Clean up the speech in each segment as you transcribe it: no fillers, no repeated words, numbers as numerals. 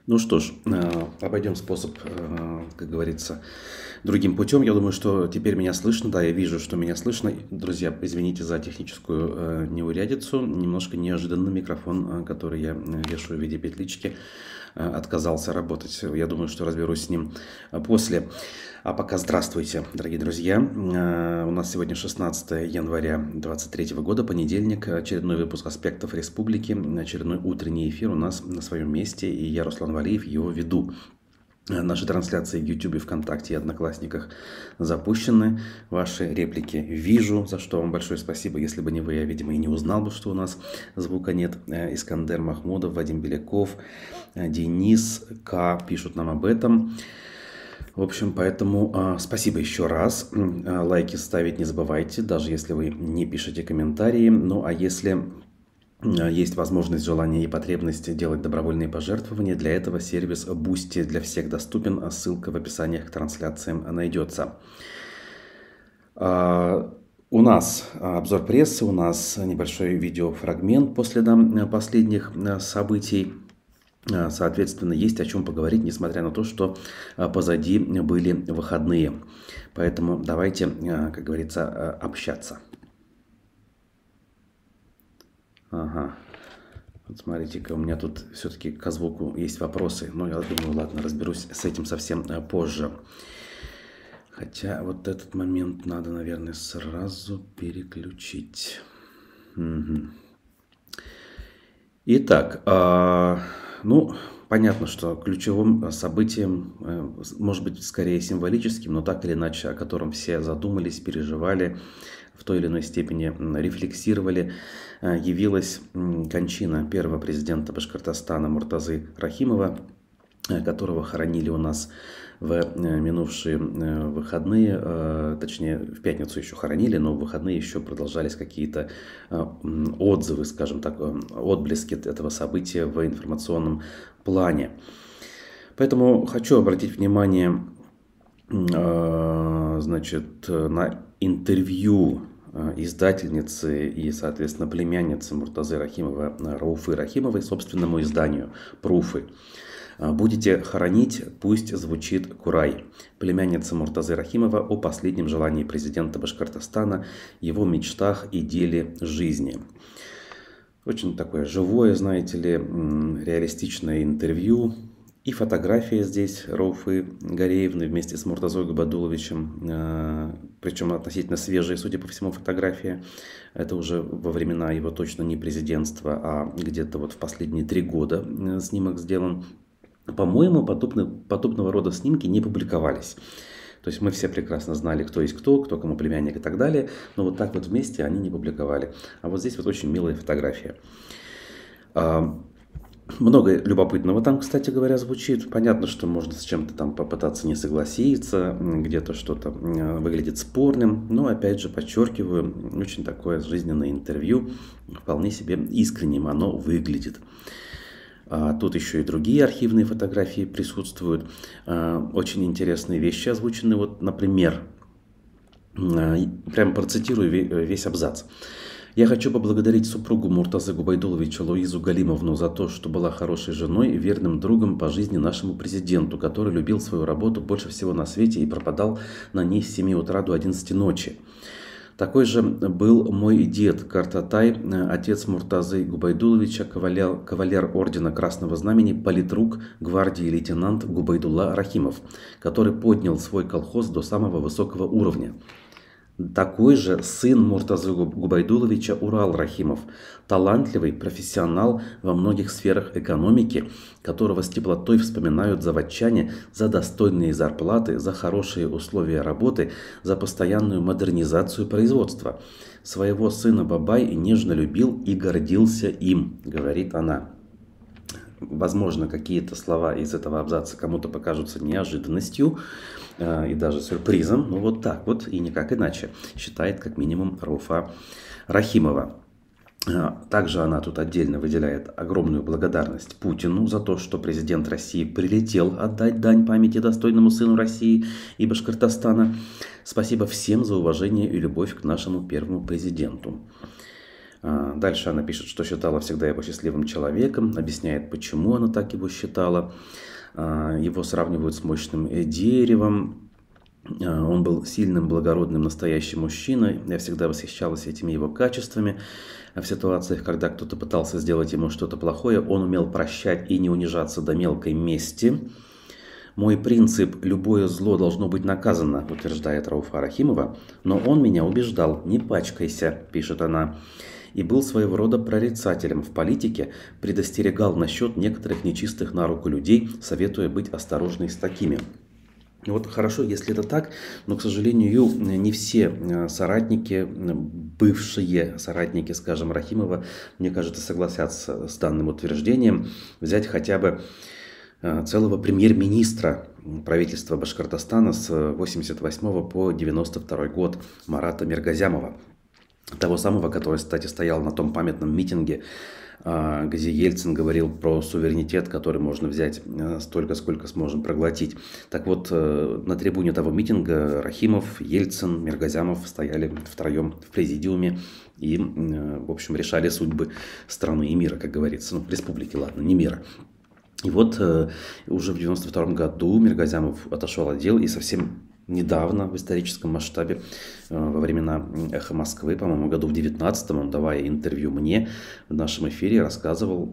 Ну что ж, обойдем способ, как говорится, другим путем. Я думаю, что теперь меня слышно. Да, я вижу, что меня слышно. Друзья, извините за техническую неурядицу. Немножко неожиданно микрофон, который я вешаю в виде петлички, отказался работать. Я думаю, что разберусь с ним после. А пока здравствуйте, дорогие друзья. У нас сегодня 16 января 2023 года, понедельник, очередной выпуск «Аспектов Республики», очередной утренний эфир у нас на своем месте, и я, Руслан Валиев, его веду. Наши трансляции в YouTube, ВКонтакте и Одноклассниках запущены. Ваши реплики вижу, за что вам большое спасибо. Если бы не вы, я, видимо, и не узнал бы, что у нас звука нет. Искандер Махмудов, Вадим Беляков, Денис К. пишут нам об этом. В общем, поэтому спасибо еще раз. Лайки ставить не забывайте, даже если вы не пишете комментарии. Ну, а если есть возможность, желание и потребность делать добровольные пожертвования, для этого сервис Boosty для всех доступен. Ссылка в описании к трансляциям найдется. У нас обзор прессы, у нас небольшой видеофрагмент после последних событий. Соответственно, есть о чем поговорить, несмотря на то, что позади были выходные. Поэтому давайте, как говорится, общаться. Ага. Вот смотрите-ка, у меня тут все-таки к звуку есть вопросы. Но я думаю, ладно, разберусь с этим совсем позже. Хотя вот этот момент надо, наверное, сразу переключить. Угу. Итак, ну, понятно, что ключевым событием, может быть, скорее символическим, но так или иначе, о котором все задумались, переживали, в той или иной степени рефлексировали, явилась кончина первого президента Башкортостана Муртазы Рахимова, которого хоронили у нас в минувшие выходные, точнее в пятницу еще хоронили, но в выходные еще продолжались какие-то отзывы, скажем так, отблески этого события в информационном плане. Поэтому хочу обратить внимание, значит, на интервью издательницы и, соответственно, племянницы Муртазы Рахимова, Рауфы Рахимовой, собственному изданию «Пруфы». «Будете хоронить, пусть звучит Курай». Племянница Муртазы Рахимова о последнем желании президента Башкортостана, его мечтах и деле жизни. Очень такое живое, знаете ли, реалистичное интервью. И фотография здесь Рауфы Гареевны вместе с Муртазой Губайдуловичем, причем относительно свежая, судя по всему, фотография. Это уже во времена его точно не президентства, а где-то вот в последние 3 года снимок сделан. По-моему, подобного рода снимки не публиковались. То есть мы все прекрасно знали, кто есть кто кому племянник и так далее. Но вот так вот вместе они не публиковали. А вот здесь вот очень милая фотография. Много любопытного там, кстати говоря, звучит. Понятно, что можно с чем-то там попытаться не согласиться, где-то что-то выглядит спорным. Но, опять же, подчеркиваю, очень такое жизненное интервью, вполне себе искренним оно выглядит. Тут еще и другие архивные фотографии присутствуют. Очень интересные вещи озвучены. Вот, например, прям процитирую весь абзац. «Я хочу поблагодарить супругу Муртазы Губайдуловича Луизу Галимовну за то, что была хорошей женой и верным другом по жизни нашему президенту, который любил свою работу больше всего на свете и пропадал на ней с 7 утра до 11 ночи. Такой же был мой дед Картатай, отец Муртазы Губайдуловича, кавалер ордена Красного Знамени, политрук гвардии лейтенант Губайдулла Рахимов, который поднял свой колхоз до самого высокого уровня. Такой же сын Муртазы Губайдуловича Урал Рахимов, талантливый профессионал во многих сферах экономики, которого с теплотой вспоминают заводчане за достойные зарплаты, за хорошие условия работы, за постоянную модернизацию производства. Своего сына Бабай нежно любил и гордился им», говорит она. Возможно, какие-то слова из этого абзаца кому-то покажутся неожиданностью и даже сюрпризом, но вот так вот и никак иначе, считает как минимум Рауфа Рахимова. Также она тут отдельно выделяет огромную благодарность Путину за то, что президент России прилетел отдать дань памяти достойному сыну России и Башкортостана. Спасибо всем за уважение и любовь к нашему первому президенту. Дальше она пишет, что считала всегда его счастливым человеком, объясняет, почему она так его считала. Его сравнивают с мощным деревом. Он был сильным, благородным, настоящим мужчиной. Я всегда восхищалась этими его качествами. В ситуациях, когда кто-то пытался сделать ему что-то плохое, он умел прощать и не унижаться до мелкой мести. Мой принцип «любое зло должно быть наказано», утверждает Рауфа Рахимова, но он меня убеждал «не пачкайся», пишет она, и был своего рода прорицателем в политике, предостерегал насчет некоторых нечистых на руку людей, советуя быть осторожной с такими. Вот хорошо, если это так, но, к сожалению, не все соратники, бывшие соратники, скажем, Рахимова, мне кажется, согласятся с данным утверждением. Взять хотя бы целого премьер-министра правительства Башкортостана с 1988 по 1992 год Марата Миргазямова. Того самого, который, кстати, стоял на том памятном митинге, где Ельцин говорил про суверенитет, который можно взять столько, сколько сможем проглотить. Так вот, на трибуне того митинга Рахимов, Ельцин, Миргазямов стояли втроем в президиуме и, в общем, решали судьбы страны и мира, как говорится. Ну, республики, ладно, не мира. И вот уже в 1992 году Миргазямов отошел от дел и совсем недавно в историческом масштабе, во времена «Эхо Москвы», по-моему, году в 19-м, он, давая интервью мне в нашем эфире, рассказывал,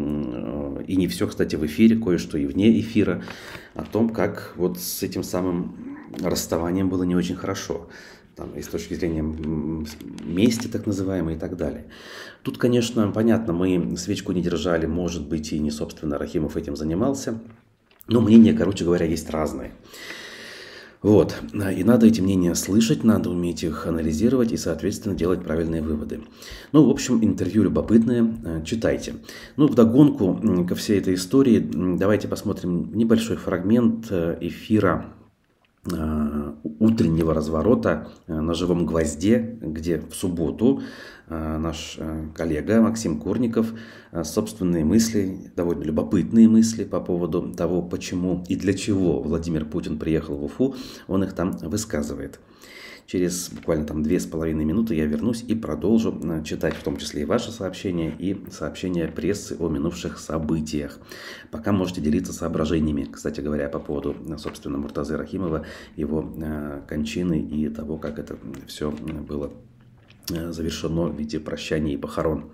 и не все, кстати, в эфире, кое-что и вне эфира, о том, как вот с этим самым расставанием было не очень хорошо. Там, и с точки зрения мести, так называемой, и так далее. Тут, конечно, понятно, мы свечку не держали, может быть, и не, собственно, Рахимов этим занимался, но мнения, короче говоря, есть разные. Вот. И надо эти мнения слышать, надо уметь их анализировать и, соответственно, делать правильные выводы. Ну, в общем, интервью любопытное, читайте. Ну, вдогонку ко всей этой истории давайте посмотрим небольшой фрагмент эфира утреннего разворота на «Живом гвозде», где в субботу наш коллега Максим Курников собственные мысли, довольно любопытные мысли по поводу того, почему и для чего Владимир Путин приехал в Уфу, он их там высказывает. Через буквально там 2,5 минуты я вернусь и продолжу читать в том числе и ваши сообщения, и сообщения прессы о минувших событиях. Пока можете делиться соображениями, кстати говоря, по поводу, собственно, Муртазы Рахимова, его кончины и того, как это все было завершено в виде прощания и похорон.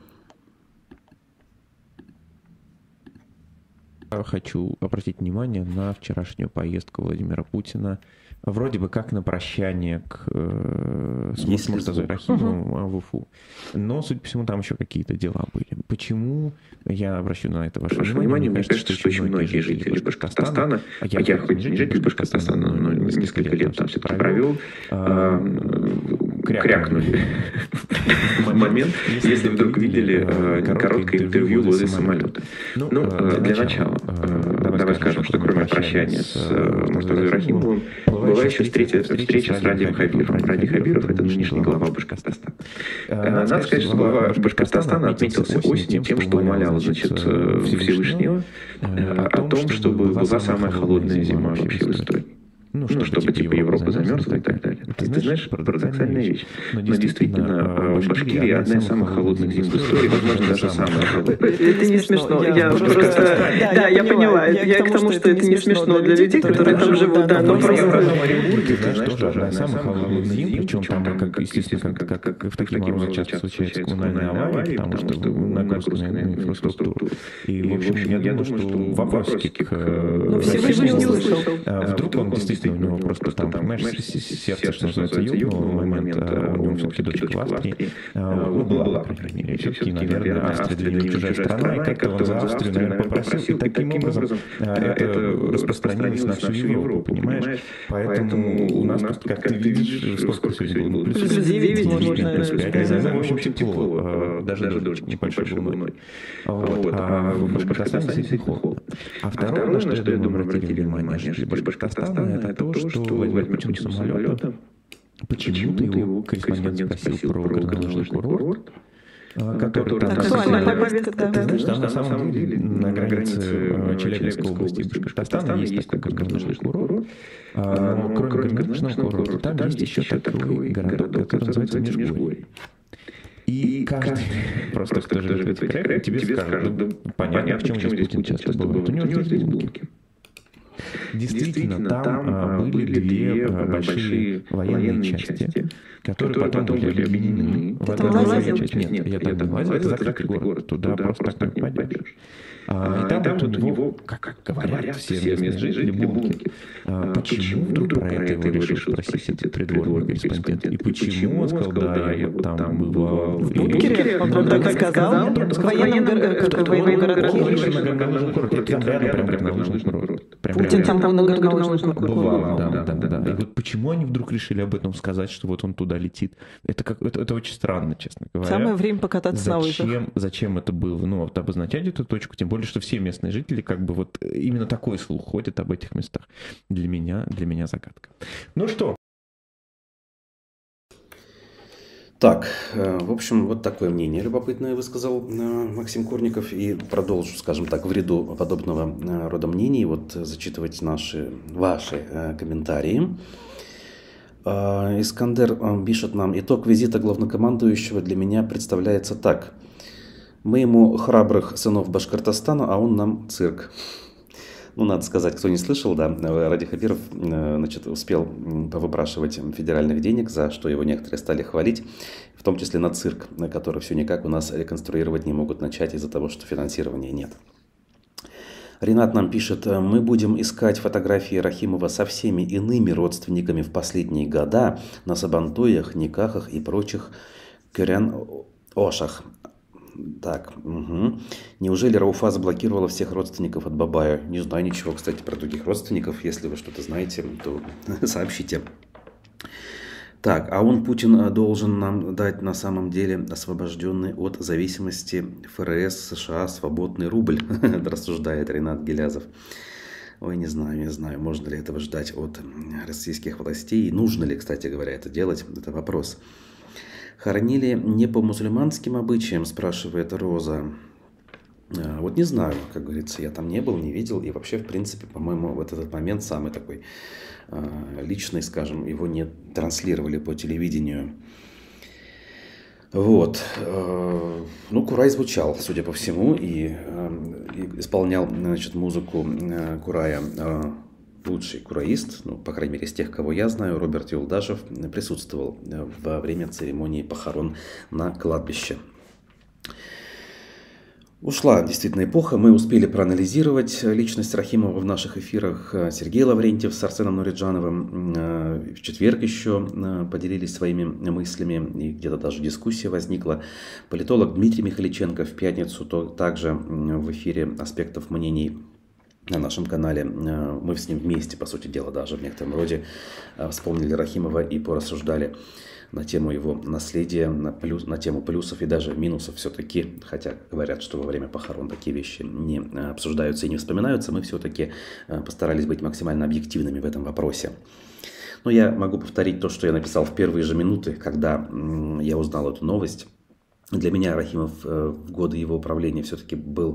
Хочу обратить внимание на вчерашнюю поездку Владимира Путина, вроде бы как на прощание с Муртазой Рахимовым в Уфу. Но, судя по всему, там еще какие-то дела были. Почему? Я обращу на это ваше внимание. Мне кажется, что очень многие жители Башкортостана, а я хоть не житель Башкортостана, но несколько лет там все-таки провел, крякнули в момент, если вдруг видели короткое интервью возле самолета. Ну, для начала, давай скажем, что кроме прощания с Муртазой Рахимовым, была еще встреча с Радием Хабировым. Ради Хабиров — это нынешний глава Башкортостана. Надо сказать, что глава Башкортостана отметился осенью тем, что умолял, значит, Всевышнего о том, чтобы была самая холодная зима вообще в истории. Ну, чтобы типа Европа замерзла и так далее. Ты знаешь, парадоксальная вещь. Но действительно, в Башкирии одна из самых холодных зим в истории, возможно, даже самая холодная. Это не смешно. Я просто... Да, я поняла. Я к тому, что это не смешно для людей, которые там живут. Да, но просто... В Оренбурге, знаешь, тоже одна из самых холодных зим, причем там, как, естественно, как в таких морозах часто случаются коммунальные аварии, потому что нагрузка на инфраструктуру. И, в общем, я думаю, что вопросики к... Ну, Всевышний услышал. Вдруг он действительно у него просто там, понимаешь, сердце, что называется, ёбнуло в момент, у него все-таки дочка в Австрии, была, по крайней мере, все-таки, наверное, Австрия для него чужая страна, и как-то он за Австрию, наверное, попросил, и таким образом это распространилось на всю Европу, понимаешь? Поэтому у нас тут, как ты видишь, сколько сегодня было? Плюс 9, плюс 5, в общем, тепло, даже дождь небольшой волной. А в Башкортостане действительно холодно. А второе, на что, я думаю, обратили внимание жители Башкортостана, это то, что Владимир Путин с самолета, почему-то его корреспондент спросил про горнолыжный курорт, который там... Ты знаешь, там на самом деле на границе Челябинской области и Башкортостана есть такой горнолыжный курорт, но кроме горнолыжного курорта там есть еще такой городок, который называется Межгорье. И каждый, просто кто живет в этих краях, тебе скажет, да, понятно, почему здесь Путин часто бывает. У него здесь булки. Действительно, там были две большие военные части, которые потом были объединены в одну военную часть. Нет, я там не лазил, это закрытый город, туда просто так не пойдешь. И там вот у него, как говорят все местные жители, булки. Почему вдруг про это его решил спросить этот придворный корреспондент? И почему он сказал, да, я там бывал в Бункере? Он так сказал? В военном городке? Там рядом прям горнолыжный курорт. Путин там на горнолыжном курорте. Бывал, да. И вот почему они вдруг решили об этом сказать, что вот он туда летит? Это очень странно, честно говоря. Самое время покататься на лыжах. Зачем это было? Ну, вот обозначать эту точку, тем более, что все местные жители, как бы вот именно такой слух ходит об этих местах. Для меня загадка. Ну что? Так, в общем, вот такое мнение любопытное высказал Максим Курников. И продолжу, скажем так, в ряду подобного рода мнений вот зачитывать ваши комментарии. Искандер пишет нам: итог визита главнокомандующего для меня представляется так. Мы ему храбрых сынов Башкортостана, а он нам цирк. Ну, надо сказать, кто не слышал, да, Ради Хабиров, значит, успел повыпрашивать федеральных денег, за что его некоторые стали хвалить, в том числе на цирк, который все никак у нас реконструировать не могут начать из-за того, что финансирования нет. Ренат нам пишет: мы будем искать фотографии Рахимова со всеми иными родственниками в последние года на сабантуях, никахах и прочих кюрян-ошах. Так, угу. Неужели Рауфа заблокировала всех родственников от Бабая? Не знаю ничего, кстати, про других родственников. Если вы что-то знаете, то сообщите. Так, а Путин должен нам дать на самом деле освобожденный от зависимости ФРС США свободный рубль, рассуждает Ренат Гелязов. Ой, не знаю, можно ли этого ждать от российских властей. И нужно ли, кстати говоря, это делать, это вопрос. Хоронили не по мусульманским обычаям, спрашивает Роза. Вот не знаю, как говорится, я там не был, не видел. И вообще, в принципе, по-моему, вот этот момент самый такой личный, скажем, его не транслировали по телевидению. Вот. Ну, Курай звучал, судя по всему, и исполнял, значит, музыку Курая лучший кураист, ну, по крайней мере, из тех, кого я знаю, Роберт Юлдашев, присутствовал во время церемонии похорон на кладбище. Ушла действительно эпоха. Мы успели проанализировать личность Рахимова в наших эфирах. Сергей Лаврентьев с Арсеном Нуриджановым в четверг еще поделились своими мыслями, и где-то даже дискуссия возникла. Политолог Дмитрий Михаличенко в пятницу также в эфире «Аспектов мнений» на нашем канале. Мы с ним вместе, по сути дела, даже в некотором роде вспомнили Рахимова и порассуждали на тему его наследия, на тему плюсов и даже минусов все-таки, хотя говорят, что во время похорон такие вещи не обсуждаются и не вспоминаются, мы все-таки постарались быть максимально объективными в этом вопросе. Но я могу повторить то, что я написал в первые же минуты, когда я узнал эту новость. Для меня Рахимов в годы его правления все-таки был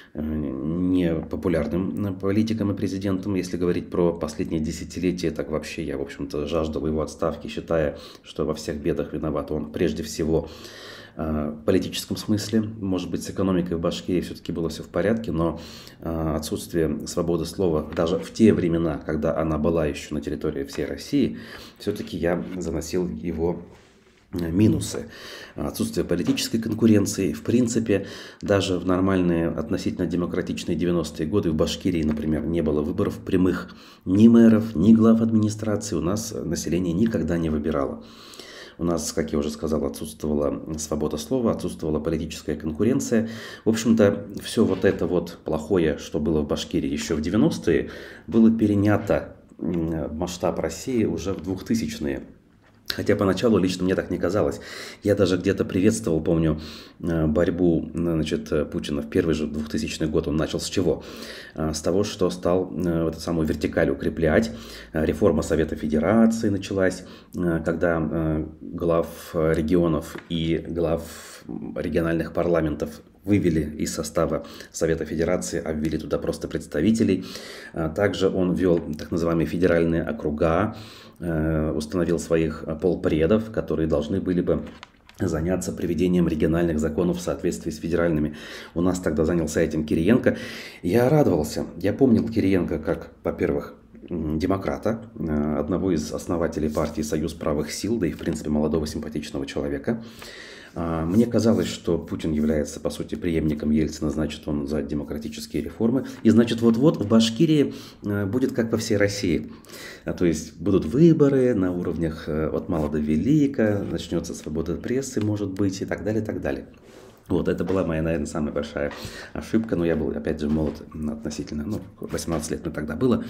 не популярным политиком и президентом. Если говорить про последние десятилетия, так вообще я, в общем-то, жаждал его отставки, считая, что во всех бедах виноват он прежде всего в политическом смысле. Может быть, с экономикой в Башкирии все-таки было все в порядке, но отсутствие свободы слова даже в те времена, когда она была еще на территории всей России, все-таки я заносил его минусы. Отсутствие политической конкуренции. В принципе, даже в нормальные относительно демократичные 90-е годы в Башкирии, например, не было выборов прямых ни мэров, ни глав администрации. У нас население никогда не выбирало. У нас, как я уже сказал, отсутствовала свобода слова, отсутствовала политическая конкуренция. В общем-то, все вот это вот плохое, что было в Башкирии еще в 90-е, было перенято в масштаб России уже в 2000-е. Хотя поначалу лично мне так не казалось. Я даже где-то приветствовал, помню, борьбу, значит, Путина в первый же 2000 год. Он начал с чего? С того, что стал эту самую вертикаль укреплять. Реформа Совета Федерации началась, когда глав регионов и глав региональных парламентов вывели из состава Совета Федерации, а ввели туда просто представителей. Также он ввел так называемые федеральные округа, установил своих полпредов, которые должны были бы заняться приведением региональных законов в соответствии с федеральными. У нас тогда занялся этим Кириенко. Я радовался. Я помнил Кириенко как, во-первых, демократа, одного из основателей партии «Союз правых сил», да и, в принципе, молодого симпатичного человека. Мне казалось, что Путин является, по сути, преемником Ельцина, значит, он за демократические реформы. И, значит, вот-вот в Башкирии будет как во всей России. То есть будут выборы на уровнях от мала до велика, начнется свобода прессы, может быть, и так далее, и так далее. Вот, это была моя, наверное, самая большая ошибка. Но я был, опять же, молод относительно, 18 лет мне тогда было.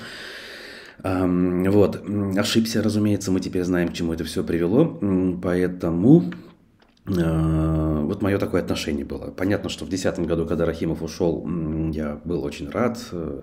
Вот, ошибся, разумеется, мы теперь знаем, к чему это все привело, поэтому вот мое такое отношение было. Понятно, что в 2010 году, когда Рахимов ушел, я был очень рад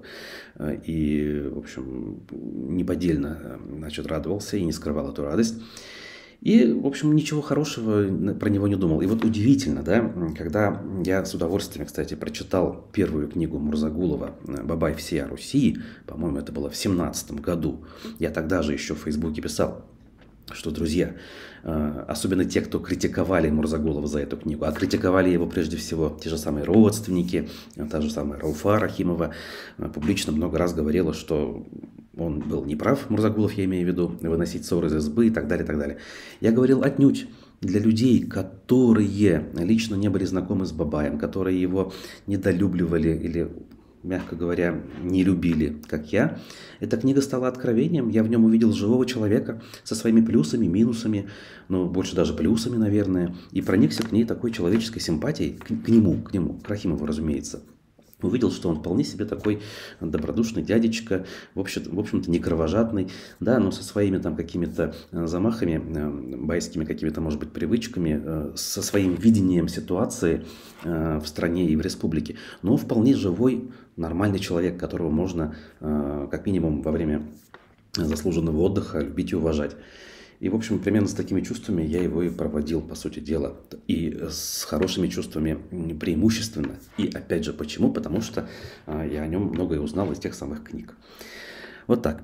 и, в общем, неподдельно, значит, радовался и не скрывал эту радость. И, в общем, ничего хорошего про него не думал. И вот удивительно, да, когда я с удовольствием, кстати, прочитал первую книгу Мурзагулова «Бабай всея Руси», по-моему, это было в 2017 году, я тогда же еще в Фейсбуке писал, что, друзья, особенно те, кто критиковали Мурзагулова за эту книгу, а критиковали его прежде всего те же самые родственники, та же самая Рауфа Рахимова, публично много раз говорила, что он был неправ, Мурзагулов, я имею в виду, выносить ссоры из избы и так далее, и так далее. Я говорил отнюдь. Для людей, которые лично не были знакомы с Бабаем, которые его недолюбливали или, мягко говоря, не любили, как я, эта книга стала откровением. Я в нем увидел живого человека со своими плюсами, минусами, больше даже плюсами, наверное, и проникся к ней такой человеческой симпатией, к нему, к Рахимову, разумеется. Увидел, что он вполне себе такой добродушный дядечка, в общем-то не кровожадный, да, но со своими там какими-то замахами, байскими какими-то, может быть, привычками, со своим видением ситуации в стране и в республике, но вполне живой, нормальный человек, которого можно, как минимум, во время заслуженного отдыха любить и уважать. И, в общем, примерно с такими чувствами я его и проводил, по сути дела. И с хорошими чувствами преимущественно. И, опять же, почему? Потому что я о нем многое узнал из тех самых книг. Вот так.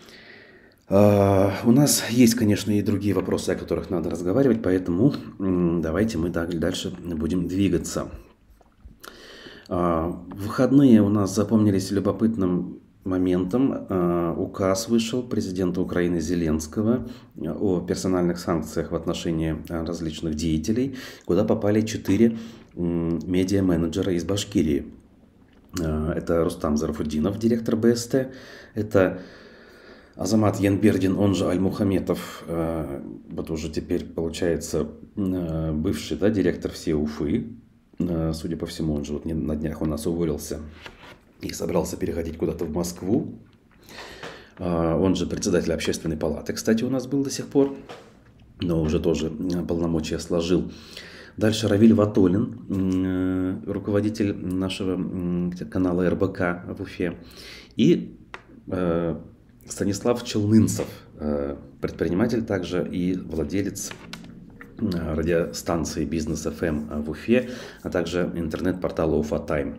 У нас есть, конечно, и другие вопросы, о которых надо разговаривать, поэтому давайте мы дальше будем двигаться. Выходные у нас запомнились любопытным моментом. Указ вышел президента Украины Зеленского о персональных санкциях в отношении различных деятелей, куда попали 4 медиа-менеджера из Башкирии. Это Рустам Зарафуддинов, директор БСТ, это Азамат Янбердин, он же Альмухаметов, вот уже теперь получается бывший, да, директор всей Уфы, судя по всему, он же вот на днях у нас уволился и собрался переходить куда-то в Москву. Он же председатель общественной палаты, кстати, у нас был до сих пор, но уже тоже полномочия сложил. Дальше Равиль Ватолин, руководитель нашего канала РБК в Уфе. И Станислав Челнынцев, предприниматель также и владелец радиостанции Бизнес ФМ в Уфе, а также интернет-портала Уфа Тайм.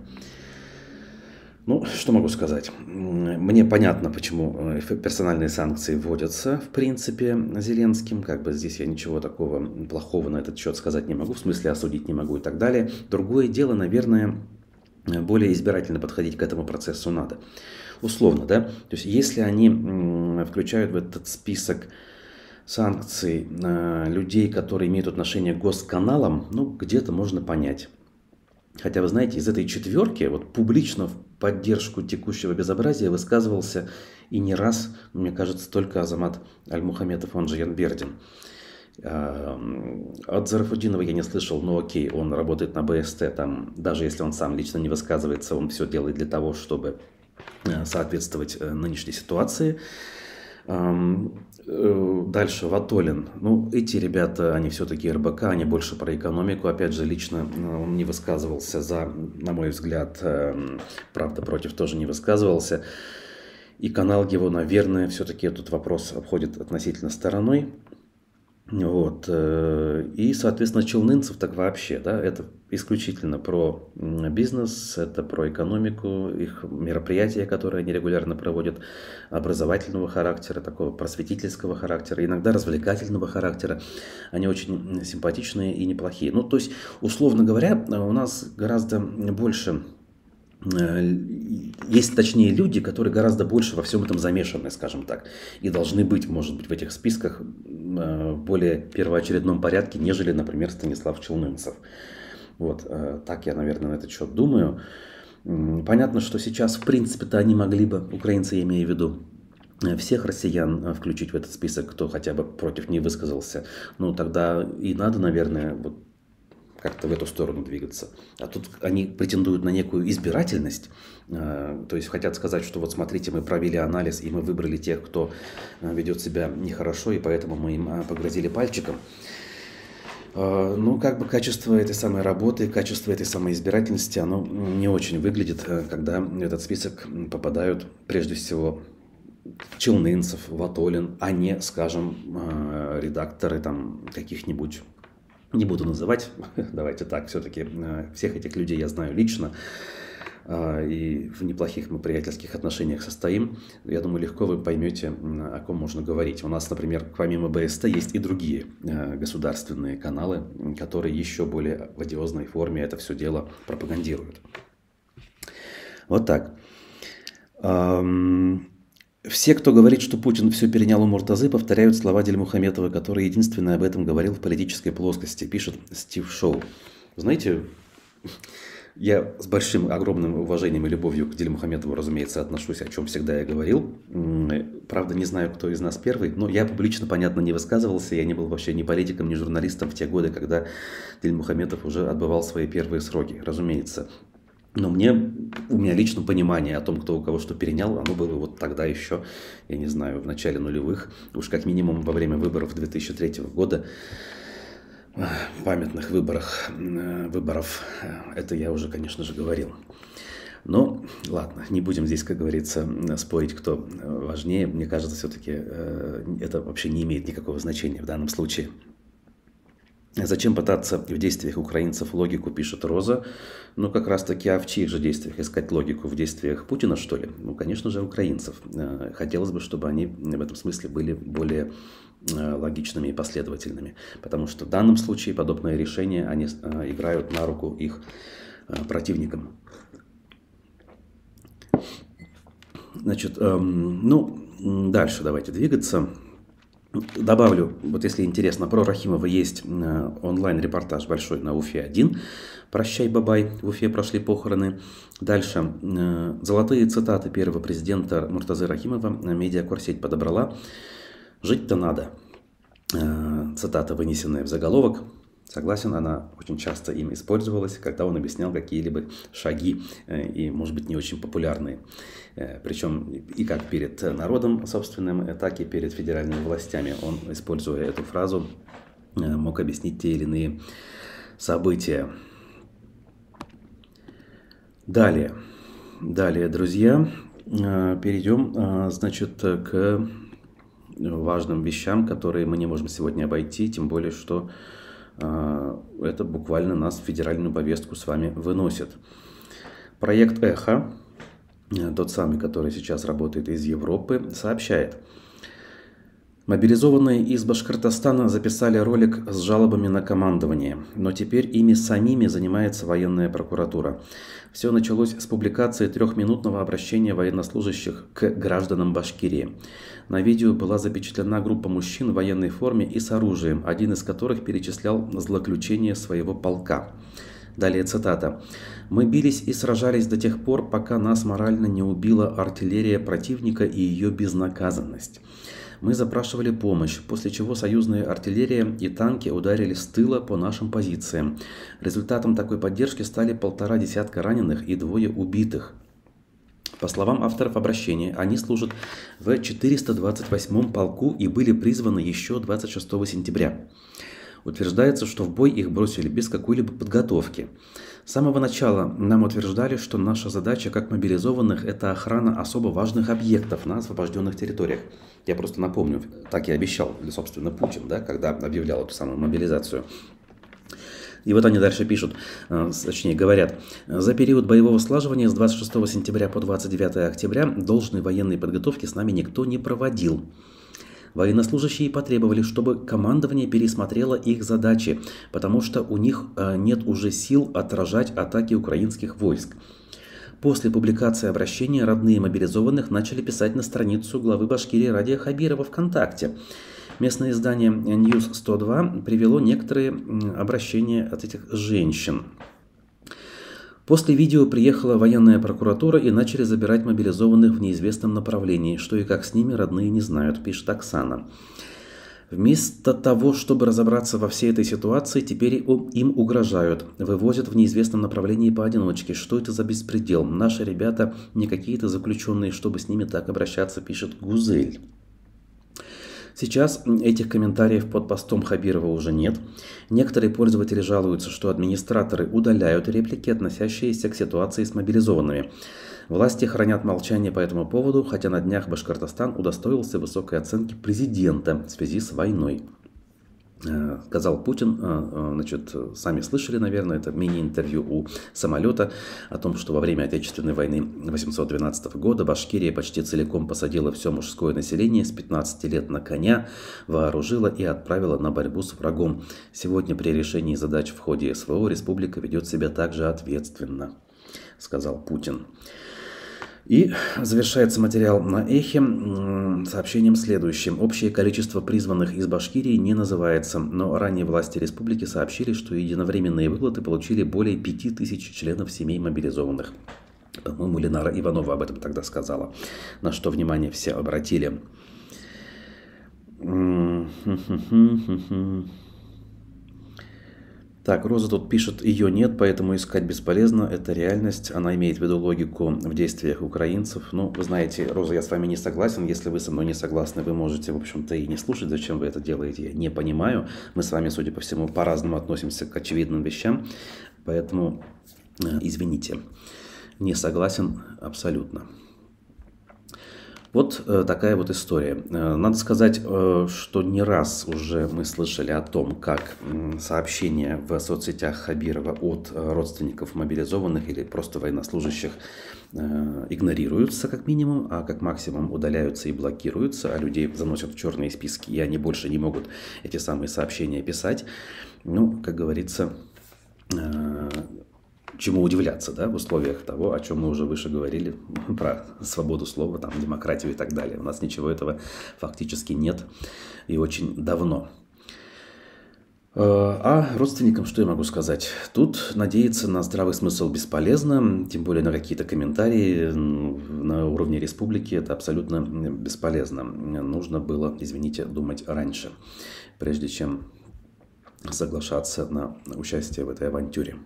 Что могу сказать? Мне понятно, почему персональные санкции вводятся, в принципе, Зеленским. Здесь я ничего такого плохого на этот счет сказать не могу, в смысле осудить не могу и так далее. Другое дело, наверное, более избирательно подходить к этому процессу надо. Условно, да? То есть, если они включают в этот список санкций людей, которые имеют отношение к госканалам, где-то можно понять. Хотя, вы знаете, из этой четверки вот публично в поддержку текущего безобразия высказывался и не раз, мне кажется, только Азамат Альмухаметов, он же Янбердин. От Зарафуддинова я не слышал, но окей, он работает на БСТ, там, даже если он сам лично не высказывается, он все делает для того, чтобы соответствовать нынешней ситуации. Дальше Ватолин. Эти ребята, они все-таки РБК, они больше про экономику. Опять же, лично он не высказывался за, на мой взгляд, правда, против тоже не высказывался. И канал его, наверное, все-таки этот вопрос обходит относительно стороной. Вот. И, соответственно, челнынцев так вообще, да, это исключительно про бизнес, это про экономику, их мероприятия, которые они регулярно проводят, образовательного характера, такого просветительского характера, иногда развлекательного характера. Они очень симпатичные и неплохие. Ну, то есть, условно говоря, у нас гораздо больше... Есть, точнее, люди, которые гораздо больше во всем этом замешаны, скажем так, и должны быть, может быть, в этих списках в более первоочередном порядке, нежели, например, Станислав Челнынцев. Вот, так я, наверное, на этот счет думаю. Понятно, что сейчас, в принципе-то, они могли бы, украинцы, я имею в виду, всех россиян включить в этот список, кто хотя бы против не высказался. Ну, тогда и надо, наверное, вот как-то в эту сторону двигаться. А тут они претендуют на некую избирательность, то есть хотят сказать, что вот смотрите, мы провели анализ, и мы выбрали тех, кто ведет себя нехорошо, и поэтому мы им погрозили пальчиком. Ну, как бы качество этой самой работы, качество этой самой избирательности, оно не очень выглядит, когда в этот список попадают прежде всего Челнынцев, Ватолин, а не, скажем, редакторы там каких-нибудь. Не буду называть, давайте так, все-таки всех этих людей я знаю лично, и в неплохих мы приятельских отношениях состоим. Я думаю, легко вы поймете, о ком можно говорить. У нас, например, помимо БСТ есть и другие государственные каналы, которые еще более в одиозной форме это все дело пропагандируют. Вот так. Все, кто говорит, что Путин все перенял у Муртазы, повторяют слова Дильмухаметова, который единственный об этом говорил в политической плоскости, пишет Стив Шоу. Знаете, я с большим, огромным уважением и любовью к Дильмухаметову, разумеется, отношусь, о чем всегда я говорил. Правда, не знаю, кто из нас первый, но я публично, понятно, не высказывался, я не был вообще ни политиком, ни журналистом в те годы, когда Дильмухаметов уже отбывал свои первые сроки, разумеется. Но у меня лично понимание о том, кто у кого что перенял, оно было вот тогда еще, я не знаю, в начале нулевых, уж как минимум во время выборов 2003 года, памятных выборов, это я уже, конечно же, говорил. Но ладно, не будем здесь, как говорится, спорить, кто важнее. Мне кажется, все-таки это вообще не имеет никакого значения в данном случае. Зачем пытаться в действиях украинцев логику, пишет Роза. Ну, как раз-таки, а в чьих же действиях искать логику? В действиях Путина, что ли? Ну, конечно же, украинцев. Хотелось бы, чтобы они в этом смысле были более логичными и последовательными. Потому что в данном случае подобные решения, они играют на руку их противникам. Значит, ну, дальше давайте двигаться. Добавлю, вот если интересно, про Рахимова есть онлайн-репортаж большой на Уфе-1. «Прощай, бабай», в Уфе прошли похороны. Дальше. Золотые цитаты первого президента Муртазы Рахимова медиакорсеть подобрала. «Жить-то надо». Цитата, вынесенная в заголовок. Согласен, она очень часто им использовалась, когда он объяснял какие-либо шаги, и, может быть, не очень популярные. Причем и как перед народом собственным, так и перед федеральными властями. Он, используя эту фразу, мог объяснить те или иные события. Далее, друзья, перейдем, значит, к важным вещам, которые мы не можем сегодня обойти, тем более, что это буквально нас в федеральную повестку с вами выносит. Проект «Эхо», тот самый, который сейчас работает из Европы, сообщает: мобилизованные из Башкортостана записали ролик с жалобами на командование, но теперь ими самими занимается военная прокуратура. Все началось с публикации 3-минутного обращения военнослужащих к гражданам Башкирии. На видео была запечатлена группа мужчин в военной форме и с оружием, один из которых перечислял злоключения своего полка. Далее цитата. «Мы бились и сражались до тех пор, пока нас морально не убила артиллерия противника и ее безнаказанность. Мы запрашивали помощь, после чего союзная артиллерия и танки ударили с тыла по нашим позициям. Результатом такой поддержки стали 1,5 десятка раненых и 2 убитых. По словам авторов обращения, они служат в 428-м полку и были призваны еще 26 сентября. Утверждается, что в бой их бросили без какой-либо подготовки. С самого начала нам утверждали, что наша задача как мобилизованных – это охрана особо важных объектов на освобожденных территориях. Я просто напомню, так и обещал, собственно, Путин, да, когда объявлял эту самую мобилизацию. И вот они дальше пишут, точнее говорят, за период боевого слаживания с 26 сентября по 29 октября должной военной подготовки с нами никто не проводил. Военнослужащие потребовали, чтобы командование пересмотрело их задачи, потому что у них нет уже сил отражать атаки украинских войск. После публикации обращения родные мобилизованных начали писать на страницу главы Башкирии Радия Хабирова ВКонтакте. Местное издание News 102 привело некоторые обращения от этих женщин. После видео приехала военная прокуратура и начали забирать мобилизованных в неизвестном направлении. Что и как с ними родные не знают, пишет Оксана. Вместо того, чтобы разобраться во всей этой ситуации, теперь им угрожают. Вывозят в неизвестном направлении поодиночке. Что это за беспредел? Наши ребята не какие-то заключенные, чтобы с ними так обращаться, пишет Гузель. Сейчас этих комментариев под постом Хабирова уже нет. Некоторые пользователи жалуются, что администраторы удаляют реплики, относящиеся к ситуации с мобилизованными. Власти хранят молчание по этому поводу, хотя на днях Башкортостан удостоился высокой оценки президента в связи с войной. Сказал Путин, значит, сами слышали, наверное, это мини-интервью у самолета о том, что во время Отечественной войны 1812 года Башкирия почти целиком посадила все мужское население с 15 лет на коня, вооружила и отправила на борьбу с врагом. Сегодня при решении задач в ходе СВО республика ведет себя также ответственно, сказал Путин. И завершается материал на Эхе сообщением следующим. Общее количество призванных из Башкирии не называется, но ранее власти республики сообщили, что единовременные выплаты получили более 5000 членов семей мобилизованных. По-моему, Ленара Иванова об этом тогда сказала, на что внимание все обратили. Так, Роза тут пишет, ее нет, поэтому искать бесполезно, это реальность, она имеет в виду логику в действиях украинцев. Ну, вы знаете, Роза, я с вами не согласен, если вы со мной не согласны, вы можете, в общем-то, и не слушать, зачем вы это делаете, я не понимаю. Мы с вами, судя по всему, по-разному относимся к очевидным вещам, поэтому, извините, не согласен абсолютно. Вот такая вот история. Надо сказать, что не раз уже мы слышали о том, как сообщения в соцсетях Хабирова от родственников мобилизованных или просто военнослужащих игнорируются как минимум, а как максимум удаляются и блокируются, а людей заносят в черные списки, и они больше не могут эти самые сообщения писать. Ну, как говорится, чему удивляться, да, в условиях того, о чем мы уже выше говорили, про свободу слова, там, демократию и так далее. У нас ничего этого фактически нет и очень давно. А родственникам что я могу сказать? Тут надеяться на здравый смысл бесполезно, тем более на какие-то комментарии на уровне республики это абсолютно бесполезно. Нужно было, извините, думать раньше, прежде чем соглашаться на участие в этой авантюре.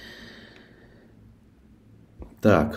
Так,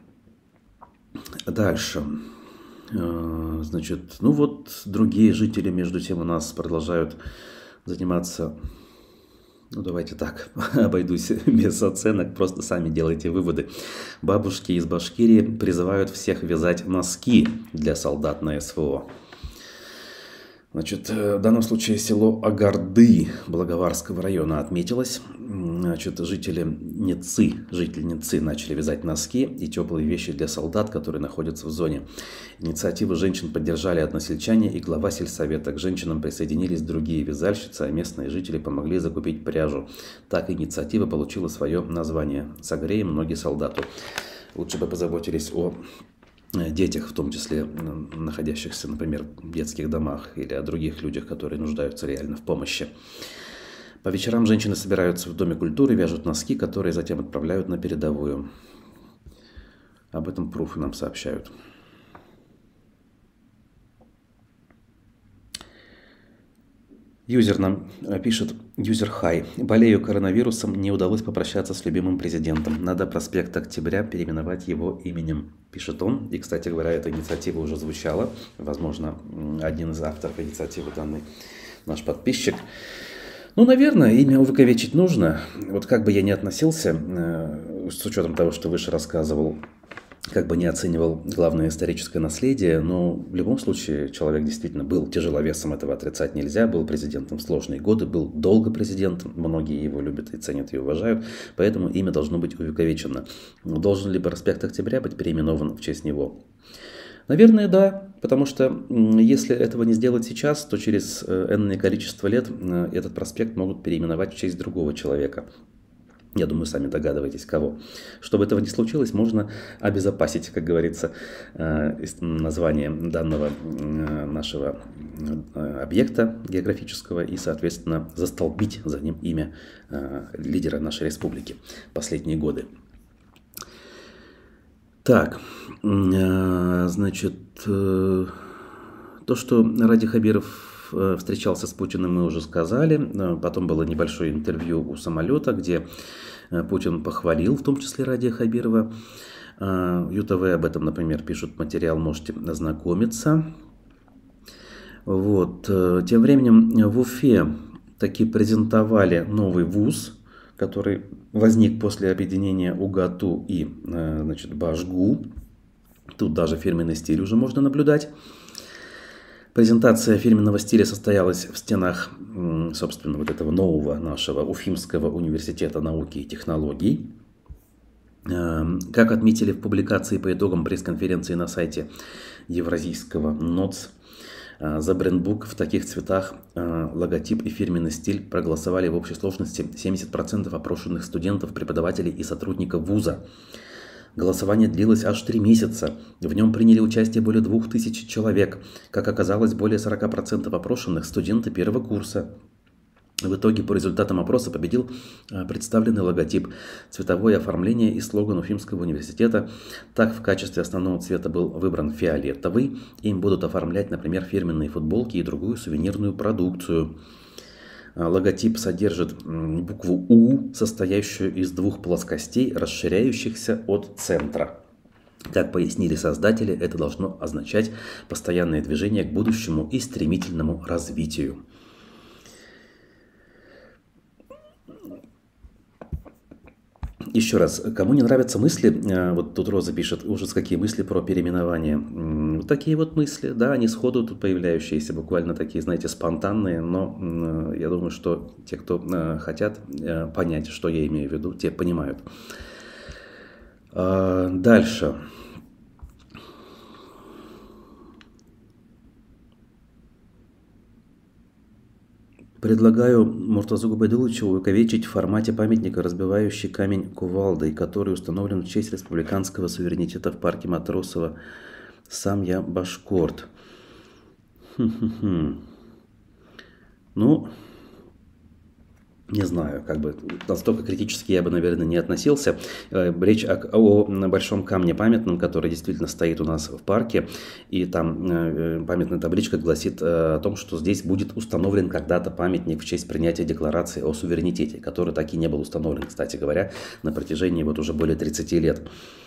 дальше. Значит, ну вот другие жители, между тем, у нас продолжают заниматься, ну давайте так, обойдусь без оценок, просто сами делайте выводы. Бабушки из Башкирии призывают всех вязать носки для солдат на СВО. Значит, в данном случае село Агарды Благоварского района отметилось. Значит, жительницы начали вязать носки и теплые вещи для солдат, которые находятся в зоне. Инициативу женщин поддержали односельчане и глава сельсовета. К женщинам присоединились другие вязальщицы, а местные жители помогли закупить пряжу. Так инициатива получила свое название «Согреем ноги солдату». Лучше бы позаботились о детях, в том числе находящихся, например, в детских домах или о других людях, которые нуждаются реально в помощи. По вечерам женщины собираются в Доме культуры, вяжут носки, которые затем отправляют на передовую. Об этом пруфы нам сообщают. Юзер нам пишет, юзер Хай. Болею коронавирусом, не удалось попрощаться с любимым президентом. Надо проспект Октября переименовать его именем, пишет он. И, кстати говоря, эта инициатива уже звучала. Возможно, один из авторов инициативы данный наш подписчик. Ну, наверное, имя увековечить нужно. Вот как бы я ни относился, с учетом того, что выше рассказывал, как бы не оценивал главное историческое наследие, но в любом случае человек действительно был тяжеловесом, этого отрицать нельзя, был президентом в сложные годы, был долго президентом, многие его любят и ценят и уважают, поэтому имя должно быть увековечено. Но должен ли проспект Октября быть переименован в честь него? Наверное, да, потому что если этого не сделать сейчас, то через энное количество лет этот проспект могут переименовать в честь другого человека. Я думаю, сами догадываетесь, кого. Чтобы этого не случилось, можно обезопасить, как говорится, название данного нашего объекта географического и, соответственно, застолбить за ним имя лидера нашей республики в последние годы. Так, значит, то, что Ради Хабиров встречался с Путиным, мы уже сказали. Потом было небольшое интервью у самолета, где Путин похвалил, в том числе Радия Хабирова. ЮТВ об этом, например, пишут материал, можете ознакомиться. Вот. Тем временем в Уфе таки презентовали новый вуз, который возник после объединения УГАТУ и, значит, БАШГУ. Тут даже фирменный стиль уже можно наблюдать. Презентация фирменного стиля состоялась в стенах, собственно, вот этого нового нашего Уфимского университета науки и технологий. Как отметили в публикации по итогам пресс-конференции на сайте Евразийского НОЦ, за брендбук в таких цветах, логотип и фирменный стиль проголосовали в общей сложности 70% опрошенных студентов, преподавателей и сотрудников вуза. Голосование длилось аж 3 месяца. В нем приняли участие более 2000 человек. Как оказалось, более 40% опрошенных – студенты первого курса. В итоге по результатам опроса победил представленный логотип, цветовое оформление и слоган Уфимского университета. Так, в качестве основного цвета был выбран фиолетовый. Им будут оформлять, например, фирменные футболки и другую сувенирную продукцию. Логотип содержит букву У, состоящую из 2 плоскостей, расширяющихся от центра. Как пояснили создатели, это должно означать постоянное движение к будущему и стремительному развитию. Еще раз, кому не нравятся мысли, вот тут Роза пишет, ужас, какие мысли про переименование. Вот такие вот мысли, да, они сходу тут появляющиеся, буквально такие, знаете, спонтанные, но я думаю, что те, кто хотят понять, что я имею в виду, те понимают. Дальше. Предлагаю Муртазу Губайдуловичу увековечить в формате памятника разбивающий камень кувалдой, который установлен в честь республиканского суверенитета в парке Матросова. Сам я башкорт. Ну, не знаю, как бы настолько критически я бы, наверное, не относился. Речь о большом камне памятном, который действительно стоит у нас в парке. И там памятная табличка гласит о том, что здесь будет установлен когда-то памятник в честь принятия декларации о суверенитете, который так и не был установлен, кстати говоря, на протяжении вот уже более 30 лет.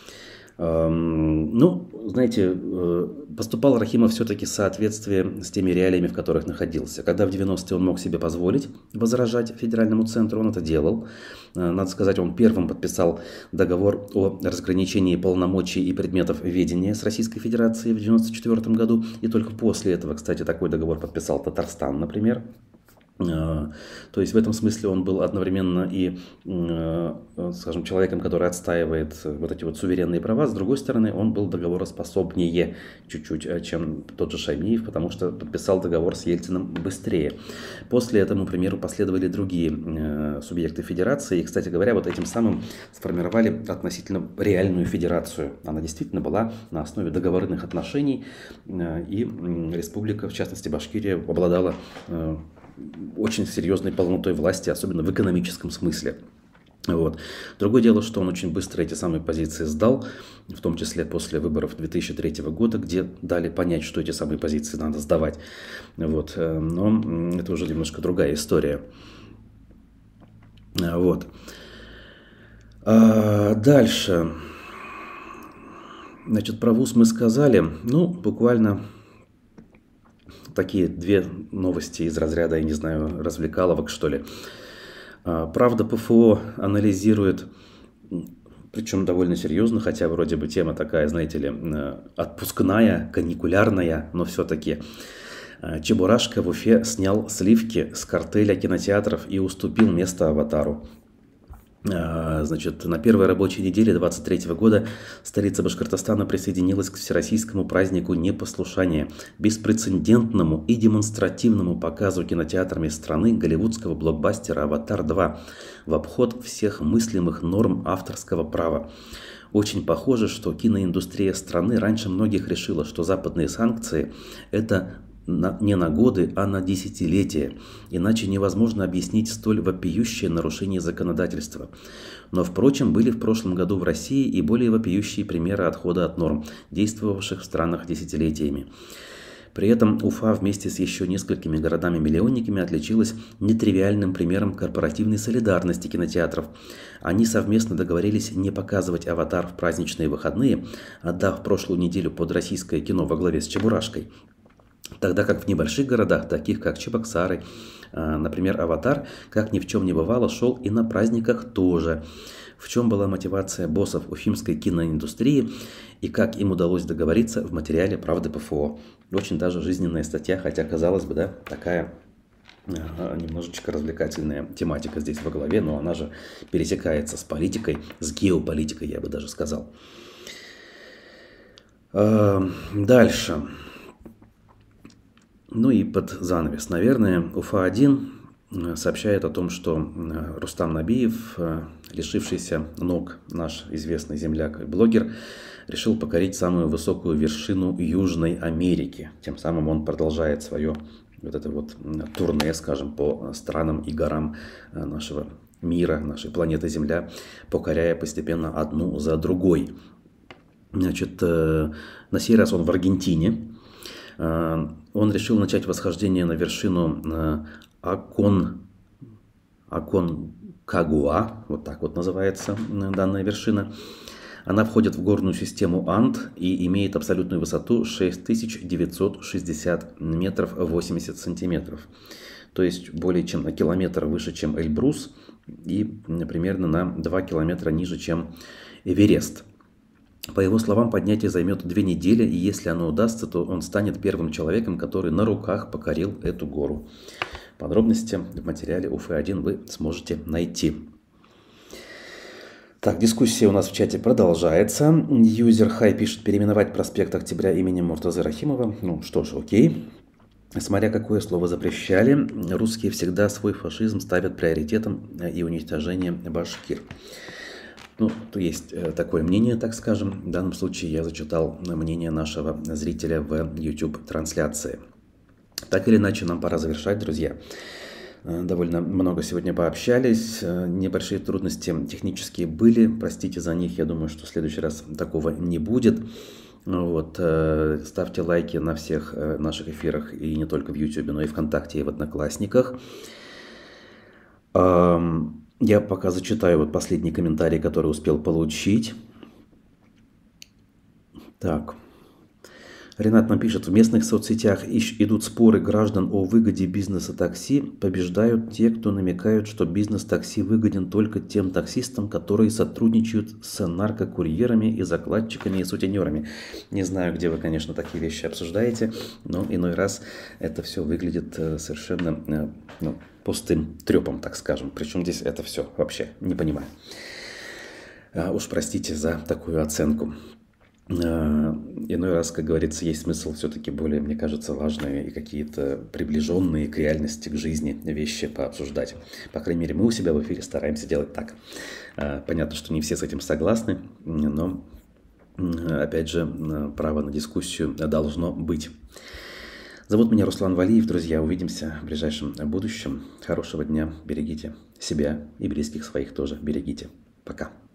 Ну, знаете, поступал Рахимов все-таки в соответствии с теми реалиями, в которых находился. Когда в 90-е он мог себе позволить возражать федеральному центру, он это делал. Надо сказать, он первым подписал договор о разграничении полномочий и предметов ведения с Российской Федерацией в 1994 году. И только после этого, кстати, такой договор подписал Татарстан, например. То есть в этом смысле он был одновременно и, скажем, человеком, который отстаивает вот эти вот суверенные права. С другой стороны, он был договороспособнее чуть-чуть, чем тот же Шаймиев, потому что подписал договор с Ельциным быстрее. После этому примеру последовали другие субъекты федерации. И, кстати говоря, вот этим самым сформировали относительно реальную федерацию. Она действительно была на основе договорных отношений, и республика, в частности Башкирия, обладала очень серьезной полнотой власти, особенно в экономическом смысле. Вот. Другое дело, что он очень быстро эти самые позиции сдал, в том числе после выборов 2003 года, где дали понять, что эти самые позиции надо сдавать. Вот. Но это уже немножко другая история. Вот. Дальше. Значит, про вуз мы сказали. Ну, буквально Такие две новости из разряда, я не знаю, развлекаловок, что ли. Правда, ПФО анализирует, причем довольно серьезно, хотя вроде бы тема такая, знаете ли, отпускная, каникулярная, но все-таки. Чебурашка в Уфе снял сливки с картеля кинотеатров и уступил место «Аватару». Значит, на первой рабочей неделе 2023 года столица Башкортостана присоединилась к всероссийскому празднику непослушания, беспрецедентному и демонстративному показу кинотеатрами страны голливудского блокбастера «Аватар 2» в обход всех мыслимых норм авторского права. Очень похоже, что киноиндустрия страны раньше многих решила, что западные санкции – это не на годы, а на десятилетия. Иначе невозможно объяснить столь вопиющее нарушение законодательства. Но, впрочем, были в прошлом году в России и более вопиющие примеры отхода от норм, действовавших в странах десятилетиями. При этом Уфа вместе с еще несколькими городами-миллионниками отличилась нетривиальным примером корпоративной солидарности кинотеатров. Они совместно договорились не показывать «Аватар» в праздничные выходные, отдав прошлую неделю под российское кино во главе с Чебурашкой. Тогда как в небольших городах, таких как Чебоксары, например, «Аватар», как ни в чем не бывало, шел и на праздниках тоже. В чем была мотивация боссов уфимской киноиндустрии и как им удалось договориться в материале «Правды ПФО». Очень даже жизненная статья, хотя, казалось бы, да, такая немножечко развлекательная тематика здесь во главе, но она же пересекается с политикой, с геополитикой, я бы даже сказал. Дальше. Ну и под занавес, наверное, Уфа-1 сообщает о том, что Рустам Набиев, лишившийся ног, наш известный земляк и блогер, решил покорить самую высокую вершину Южной Америки. Тем самым он продолжает свое вот это вот турне, скажем, по странам и горам нашего мира, нашей планеты Земля, покоряя постепенно одну за другой. Значит, на сей раз он в Аргентине. Он решил начать восхождение на вершину Аконкагуа, вот так вот называется данная вершина. Она входит в горную систему Анд и имеет абсолютную высоту 6960 метров 80 сантиметров. То есть более чем на километр выше, чем Эльбрус, и примерно на 2 километра ниже, чем Эверест. По его словам, поднятие займет 2 недели, и если оно удастся, то он станет первым человеком, который на руках покорил эту гору. Подробности в материале Уфы-1 вы сможете найти. Так, дискуссия у нас в чате продолжается. Юзер Хай пишет: переименовать проспект Октября имени Муртазы Рахимова. Ну что ж, окей. Смотря какое слово запрещали, русские всегда свой фашизм ставят приоритетом и уничтожение башкир. Ну, есть такое мнение, так скажем. В данном случае я зачитал мнение нашего зрителя в YouTube-трансляции. Так или иначе, нам пора завершать, друзья. Довольно много сегодня пообщались. Небольшие трудности технические были. Простите за них. Я думаю, что в следующий раз такого не будет. Вот. Ставьте лайки на всех наших эфирах. И не только в YouTube, но и ВКонтакте, и в Одноклассниках. Я пока зачитаю вот последний комментарий, который успел получить. Так. Ренат нам пишет: в местных соцсетях идут споры граждан о выгоде бизнеса такси. Побеждают те, кто намекают, что бизнес такси выгоден только тем таксистам, которые сотрудничают с наркокурьерами и закладчиками и сутенерами. Не знаю, где вы, конечно, такие вещи обсуждаете, но иной раз это все выглядит совершенно пустым трепом, так скажем. Причем здесь это все вообще не понимаю. Уж простите за такую оценку. Иной раз, как говорится, есть смысл все-таки более, мне кажется, важные и какие-то приближенные к реальности, к жизни вещи пообсуждать. По крайней мере, мы у себя в эфире стараемся делать так. Понятно, что не все с этим согласны, но, опять же, право на дискуссию должно быть. Зовут меня Руслан Валиев, друзья. Увидимся в ближайшем будущем. Хорошего дня. Берегите себя и близких своих тоже. Берегите. Пока.